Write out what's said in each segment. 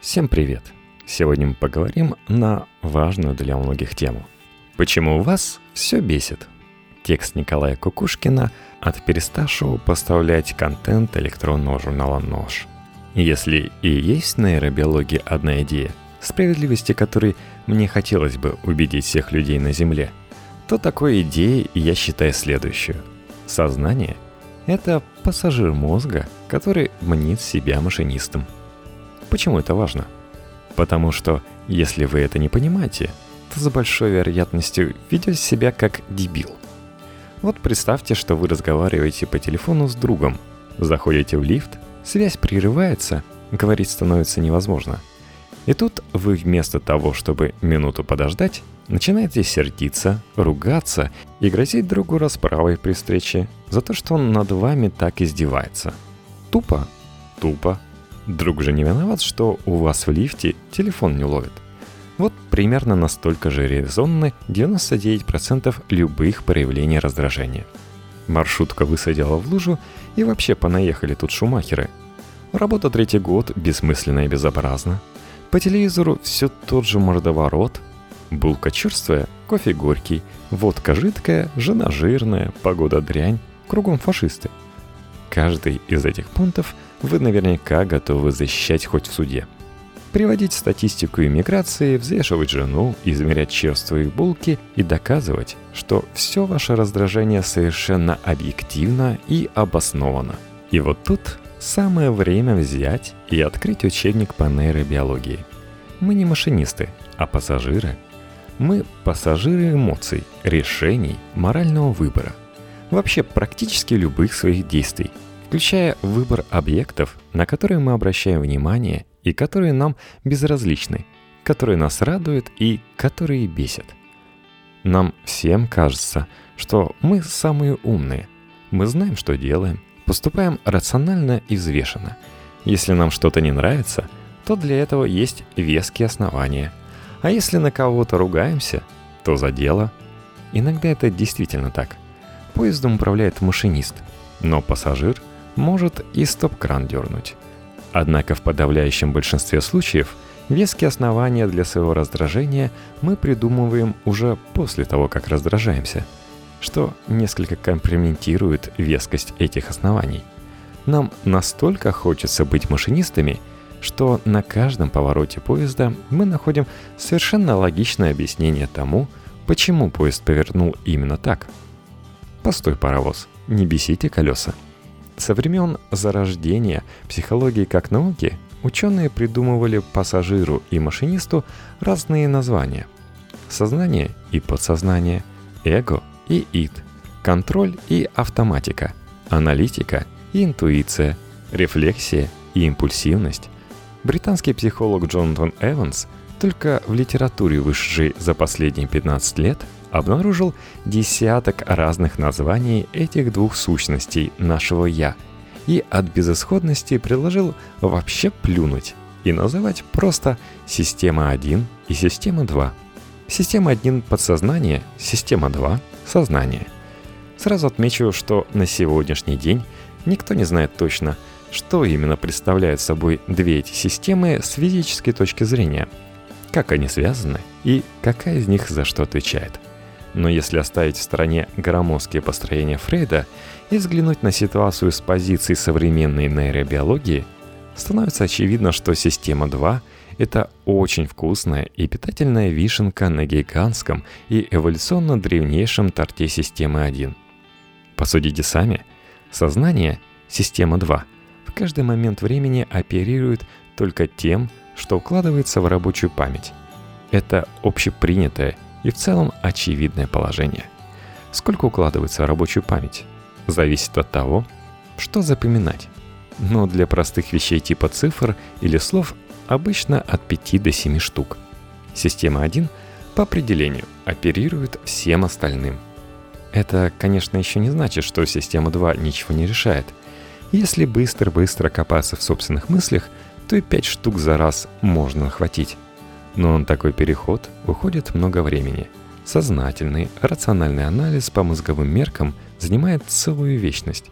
Всем привет! Сегодня мы поговорим на важную для многих тему. Почему вас все бесит? Текст Николая Кукушкина от переставшего поставлять контент электронного журнала «Нож». Если и есть в нейробиологии одна идея, справедливости которой мне хотелось бы убедить всех людей на Земле, то такой идеей я считаю следующую. Сознание – это пассажир мозга, который мнит себя машинистом. Почему это важно? Потому что, если вы это не понимаете, то с большой вероятностью ведете себя как дебил. Вот представьте, что вы разговариваете по телефону с другом, заходите в лифт, связь прерывается, говорить становится невозможно. И тут вы вместо того, чтобы минуту подождать, начинаете сердиться, ругаться и грозить другу расправой при встрече за то, что он над вами так издевается. Тупо? Тупо. Друг же не виноват, что у вас в лифте телефон не ловит. Вот примерно настолько же резонны 99% любых проявлений раздражения. Маршрутка высадила в лужу, и вообще понаехали тут шумахеры. Работа 3-й год бессмысленна и безобразна. По телевизору все тот же мордоворот. Булка черствая, кофе горький, водка жидкая, жена жирная, погода дрянь, кругом фашисты. Каждый из этих пунктов вы наверняка готовы защищать хоть в суде. Приводить статистику иммиграции, взвешивать жену, измерять черство и булки и доказывать, что все ваше раздражение совершенно объективно и обосновано. И вот тут самое время взять и открыть учебник по нейробиологии. Мы не машинисты, а пассажиры. Мы пассажиры эмоций, решений, морального выбора. Вообще практически любых своих действий, включая выбор объектов, на которые мы обращаем внимание и которые нам безразличны, которые нас радуют и которые бесят. Нам всем кажется, что мы самые умные. Мы знаем, что делаем, поступаем рационально и взвешенно. Если нам что-то не нравится, то для этого есть веские основания. А если на кого-то ругаемся, то за дело. Иногда это действительно так. Поездом управляет машинист, но пассажир может и стоп-кран дернуть. Однако в подавляющем большинстве случаев веские основания для своего раздражения мы придумываем уже после того, как раздражаемся, что несколько компрометирует вескость этих оснований. Нам настолько хочется быть машинистами, что на каждом повороте поезда мы находим совершенно логичное объяснение тому, почему поезд повернул именно так. Постой, паровоз, не бесите колеса. Со времен зарождения психологии как науки ученые придумывали пассажиру и машинисту разные названия. Сознание и подсознание, эго и ид, контроль и автоматика, аналитика и интуиция, рефлексия и импульсивность. Британский психолог Джонатан Эванс, только в литературе, вышедшей за последние 15 лет, обнаружил десяток разных названий этих двух сущностей нашего «я» и от безысходности предложил вообще плюнуть и называть просто «система 1» и «система 2». Система 1 – подсознание, система 2 – сознание. Сразу отмечу, что на сегодняшний день никто не знает точно, что именно представляют собой две эти системы с физической точки зрения, как они связаны и какая из них за что отвечает. Но если оставить в стороне громоздкие построения Фрейда и взглянуть на ситуацию с позиции современной нейробиологии, становится очевидно, что система 2 – это очень вкусная и питательная вишенка на гигантском и эволюционно древнейшем торте системы 1. Посудите сами, сознание, система 2, в каждый момент времени оперирует только тем, что укладывается в рабочую память. Это общепринятое и в целом очевидное положение. Сколько укладывается в рабочую память? Зависит от того, что запоминать. Но для простых вещей типа цифр или слов обычно от 5 до 7 штук. Система 1 по определению оперирует всем остальным. Это, конечно, еще не значит, что система 2 ничего не решает. Если быстро-быстро копаться в собственных мыслях, то и 5 штук за раз можно охватить. Но на такой переход уходит много времени. Сознательный, рациональный анализ по мозговым меркам занимает целую вечность.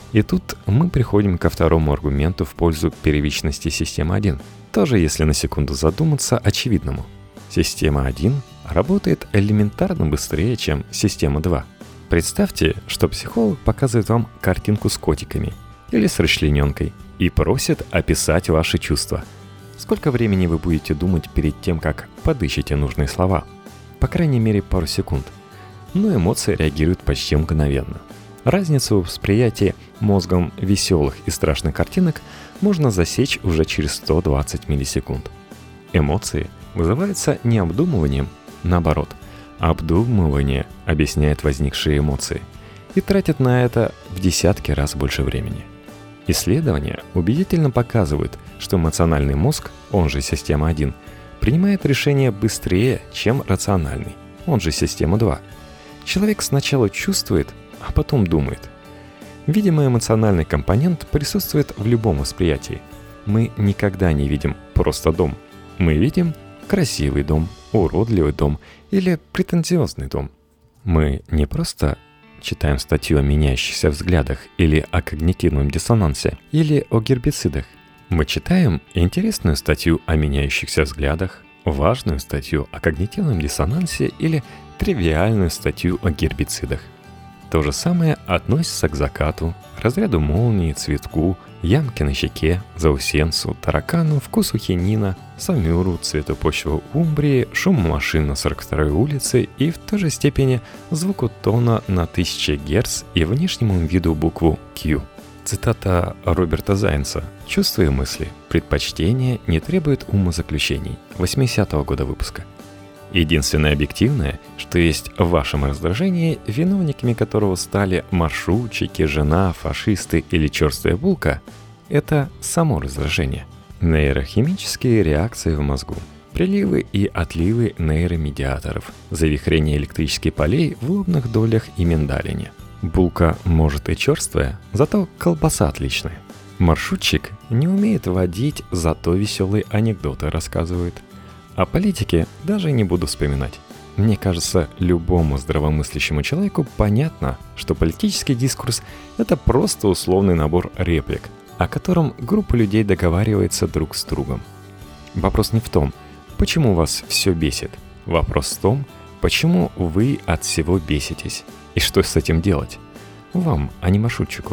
И тут мы приходим ко второму аргументу в пользу первичности системы 1. Тоже, если на секунду задуматься, очевидному. Система 1 работает элементарно быстрее, чем система 2. Представьте, что психолог показывает вам картинку с котиками или с расчлененкой и просит описать ваши чувства. Сколько времени вы будете думать перед тем, как подыщете нужные слова? По крайней мере, пару секунд. Но эмоции реагируют почти мгновенно. Разницу в восприятии мозгом веселых и страшных картинок можно засечь уже через 120 миллисекунд. Эмоции вызываются не обдумыванием, наоборот, обдумывание объясняет возникшие эмоции и тратит на это в десятки раз больше времени. Исследования убедительно показывают, что эмоциональный мозг, он же система 1, принимает решения быстрее, чем рациональный, он же система 2. Человек сначала чувствует, а потом думает. Видимо, эмоциональный компонент присутствует в любом восприятии. Мы никогда не видим просто дом. Мы видим красивый дом, уродливый дом или претенциозный дом. Мы не просто читаем статью о меняющихся взглядах или о когнитивном диссонансе, или о гербицидах. Мы читаем интересную статью о меняющихся взглядах, важную статью о когнитивном диссонансе или тривиальную статью о гербицидах. То же самое относится к закату, разряду молнии, цветку, ямке на щеке, заусенцу, таракану, вкусу хинина, самюру, цвету почвы Умбрии, шуму машин на 42-й улице и в той же степени звуку тона на 1000 Гц и внешнему виду букву Q. Цитата Роберта Зайнса. «Чувства и мысли. Предпочтение не требует умозаключений». 80-го года выпуска. Единственное объективное, что есть в вашем раздражении, виновниками которого стали маршрутчики, жена, фашисты или черствая булка, это само раздражение. Нейрохимические реакции в мозгу, приливы и отливы нейромедиаторов, завихрение электрических полей в лобных долях и миндалине. Булка, может, и черствая, зато колбаса отличная. Маршрутчик не умеет водить, зато веселые анекдоты рассказывает. О политике даже не буду вспоминать. Мне кажется, любому здравомыслящему человеку понятно, что политический дискурс – это просто условный набор реплик, о котором группа людей договаривается друг с другом. Вопрос не в том, почему вас все бесит. Вопрос в том, почему вы от всего беситесь. И что с этим делать? Вам, а не маршрутчику.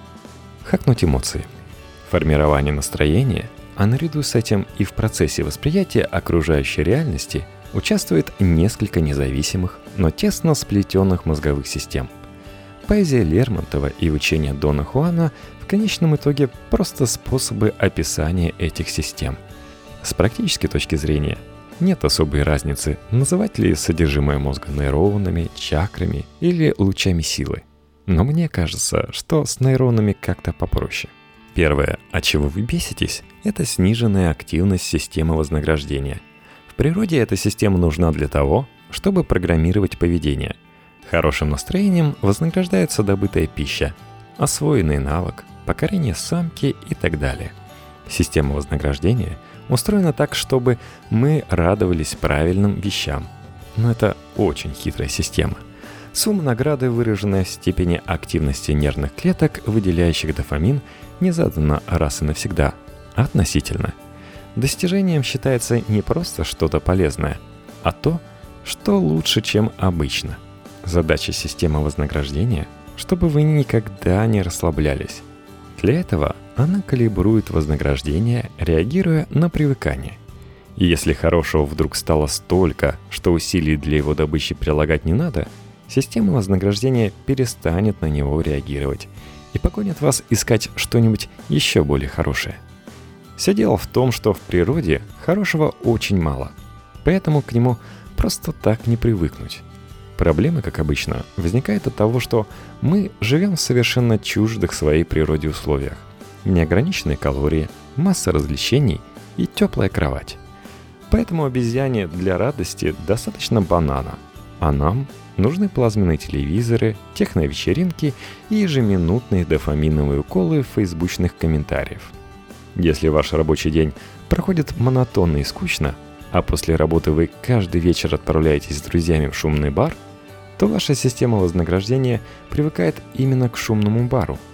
Хакнуть эмоции. Формирование настроения – а наряду с этим и в процессе восприятия окружающей реальности участвует несколько независимых, но тесно сплетенных мозговых систем. Поэзия Лермонтова и учение Дона Хуана в конечном итоге просто способы описания этих систем. С практической точки зрения нет особой разницы, называть ли содержимое мозга нейронами, чакрами или лучами силы. Но мне кажется, что с нейронами как-то попроще. Первое, от чего вы беситесь, это сниженная активность системы вознаграждения. В природе эта система нужна для того, чтобы программировать поведение. Хорошим настроением вознаграждается добытая пища, освоенный навык, покорение самки и так далее. Система вознаграждения устроена так, чтобы мы радовались правильным вещам. Но это очень хитрая система. Сумма награды, выраженная в степени активности нервных клеток, выделяющих дофамин, не задана раз и навсегда, а относительно. Достижением считается не просто что-то полезное, а то, что лучше, чем обычно. Задача системы вознаграждения, чтобы вы никогда не расслаблялись. Для этого она калибрует вознаграждение, реагируя на привыкание. И если хорошего вдруг стало столько, что усилий для его добычи прилагать не надо, система вознаграждения перестанет на него реагировать и погонит вас искать что-нибудь еще более хорошее. Все дело в том, что в природе хорошего очень мало, поэтому к нему просто так не привыкнуть. Проблема, как обычно, возникает от того, что мы живем в совершенно чуждых своей природе условиях. Неограниченные калории, масса развлечений и теплая кровать. Поэтому обезьяне для радости достаточно банана, а нам нужны плазменные телевизоры, техновечеринки и ежеминутные дофаминовые уколы фейсбучных комментариев. Если ваш рабочий день проходит монотонно и скучно, а после работы вы каждый вечер отправляетесь с друзьями в шумный бар, то ваша система вознаграждения привыкает именно к шумному бару. И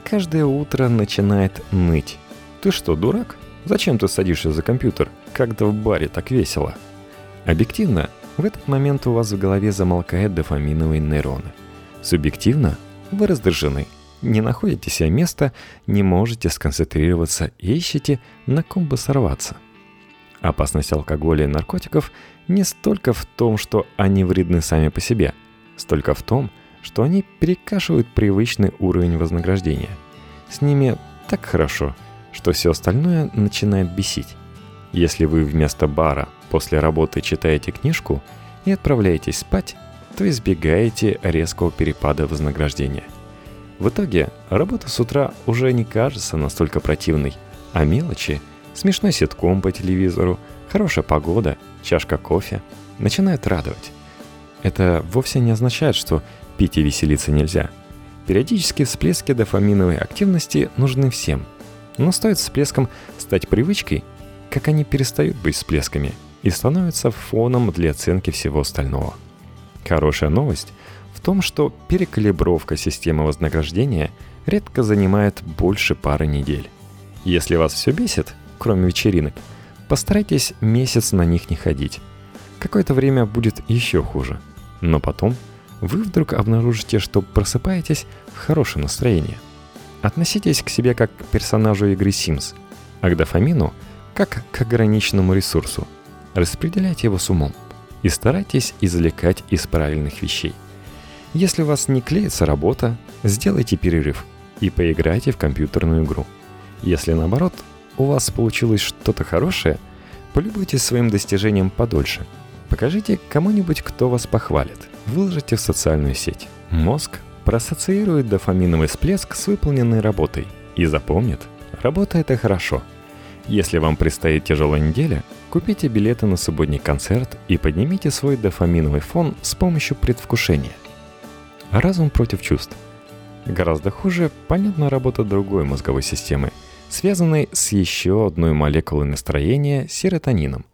каждое утро начинает ныть. Ты что, дурак? Зачем ты садишься за компьютер? Как-то в баре так весело. Объективно, в этот момент у вас в голове замолкают дофаминовые нейроны. Субъективно, вы раздражены, не находите себе места, не можете сконцентрироваться и ищете, на ком бы сорваться. Опасность алкоголя и наркотиков не столько в том, что они вредны сами по себе, столько в том, что они перекашивают привычный уровень вознаграждения. С ними так хорошо, что все остальное начинает бесить. Если вы вместо бара после работы читаете книжку и отправляетесь спать, то избегаете резкого перепада вознаграждения. В итоге работа с утра уже не кажется настолько противной, а мелочи, смешной ситком по телевизору, хорошая погода, чашка кофе начинают радовать. Это вовсе не означает, что пить и веселиться нельзя. Периодические всплески дофаминовой активности нужны всем. Но стоит всплеском стать привычкой, как они перестают быть всплесками и становятся фоном для оценки всего остального. Хорошая новость в том, что перекалибровка системы вознаграждения редко занимает больше пары недель. Если вас все бесит, кроме вечеринок, постарайтесь месяц на них не ходить. Какое-то время будет еще хуже, но потом вы вдруг обнаружите, что просыпаетесь в хорошем настроении. Относитесь к себе как к персонажу игры Sims, а к дофамину как к ограниченному ресурсу. Распределяйте его с умом и старайтесь извлекать из правильных вещей. Если у вас не клеится работа, сделайте перерыв и поиграйте в компьютерную игру. Если наоборот, у вас получилось что-то хорошее, полюбуйтесь своим достижением подольше. Покажите кому-нибудь, кто вас похвалит. Выложите в социальную сеть. Мозг проассоциирует дофаминовый всплеск с выполненной работой и запомнит, работа — это хорошо. Если вам предстоит тяжелая неделя, купите билеты на субботний концерт и поднимите свой дофаминовый фон с помощью предвкушения. Разум против чувств. Гораздо хуже понятна работа другой мозговой системы, связанной с еще одной молекулой настроения — серотонином.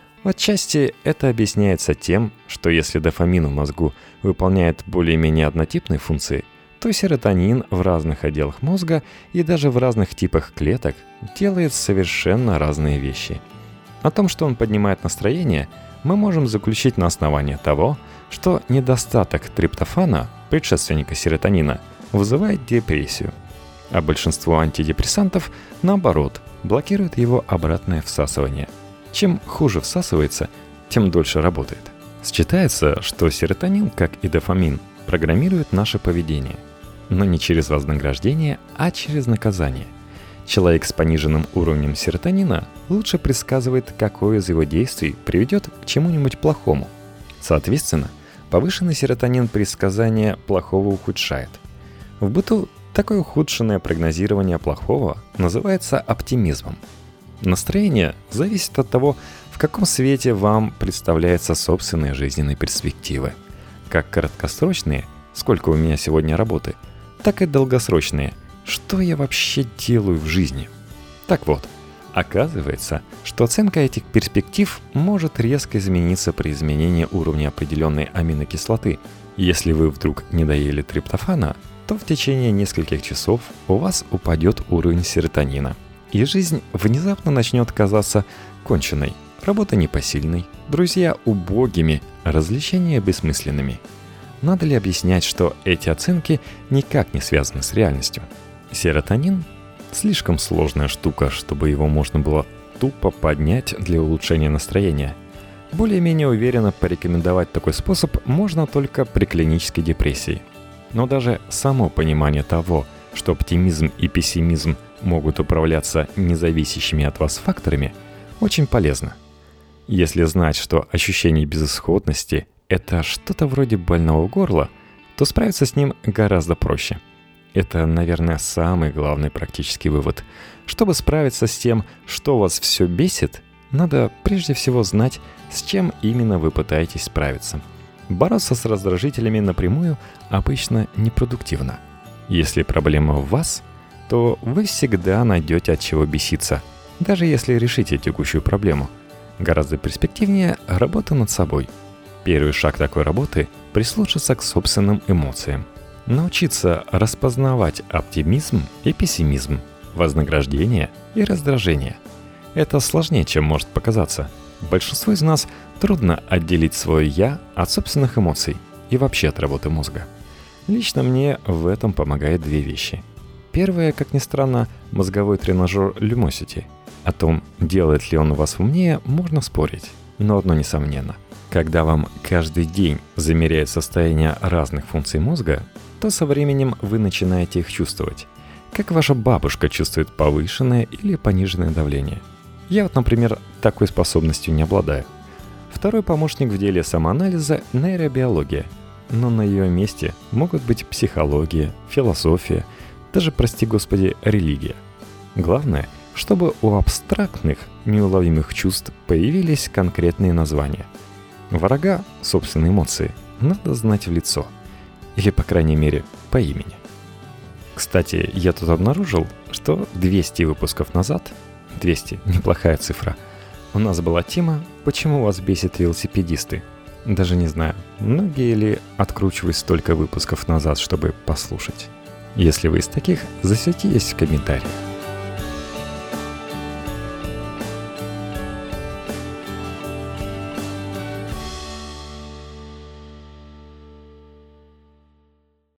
Отчасти это объясняется тем, что если дофамин в мозгу выполняет более-менее однотипные функции, то серотонин в разных отделах мозга и даже в разных типах клеток делает совершенно разные вещи. О том, что он поднимает настроение, мы можем заключить на основании того, что недостаток триптофана, предшественника серотонина, вызывает депрессию, а большинство антидепрессантов, наоборот, блокируют его обратное всасывание. Чем хуже всасывается, тем дольше работает. Считается, что серотонин, как и дофамин, программирует наше поведение. Но не через вознаграждение, а через наказание. Человек с пониженным уровнем серотонина лучше предсказывает, какое из его действий приведет к чему-нибудь плохому. Соответственно, повышенный серотонин предсказания плохого ухудшает. В быту такое ухудшенное прогнозирование плохого называется оптимизмом. Настроение зависит от того, в каком свете вам представляются собственные жизненные перспективы. Как краткосрочные, сколько у меня сегодня работы, так и долгосрочные, что я вообще делаю в жизни. Так вот, оказывается, что оценка этих перспектив может резко измениться при изменении уровня определенной аминокислоты. Если вы вдруг не доели триптофана, то в течение нескольких часов у вас упадет уровень серотонина. И жизнь внезапно начнет казаться конченной, работа непосильной, друзья убогими, развлечения бессмысленными. Надо ли объяснять, что эти оценки никак не связаны с реальностью? Серотонин – слишком сложная штука, чтобы его можно было тупо поднять для улучшения настроения. Более-менее уверенно порекомендовать такой способ можно только при клинической депрессии. Но даже само понимание того, что оптимизм и пессимизм могут управляться независящими от вас факторами, очень полезно. Если знать, что ощущение безысходности – это что-то вроде больного горла, то справиться с ним гораздо проще. Это, наверное, самый главный практический вывод. Чтобы справиться с тем, что вас все бесит, надо прежде всего знать, с чем именно вы пытаетесь справиться. Бороться с раздражителями напрямую обычно непродуктивно. Если проблема в вас, то вы всегда найдете от чего беситься, даже если решите текущую проблему. Гораздо перспективнее работа над собой. Первый шаг такой работы – прислушаться к собственным эмоциям. Научиться распознавать оптимизм и пессимизм, вознаграждение и раздражение. Это сложнее, чем может показаться. Большинству из нас трудно отделить свое «я» от собственных эмоций и вообще от работы мозга. Лично мне в этом помогает две вещи. Первое, как ни странно, мозговой тренажер Lumosity. О том, делает ли он вас умнее, можно спорить. Но одно несомненно. Когда вам каждый день замеряют состояние разных функций мозга, то со временем вы начинаете их чувствовать. Как ваша бабушка чувствует повышенное или пониженное давление. Я вот, например, такой способностью не обладаю. Второй помощник в деле самоанализа – нейробиология. Но на ее месте могут быть психология, философия, даже, прости господи, религия. Главное, чтобы у абстрактных, неуловимых чувств появились конкретные названия. Врага, собственные эмоции, надо знать в лицо. Или, по крайней мере, по имени. Кстати, я тут обнаружил, что 200 выпусков назад, 200 – неплохая цифра, у нас была тема «Почему вас бесят велосипедисты?». Даже не знаю, многие ли откручивают столько выпусков назад, чтобы послушать. Если вы из таких, засветитесь в комментариях.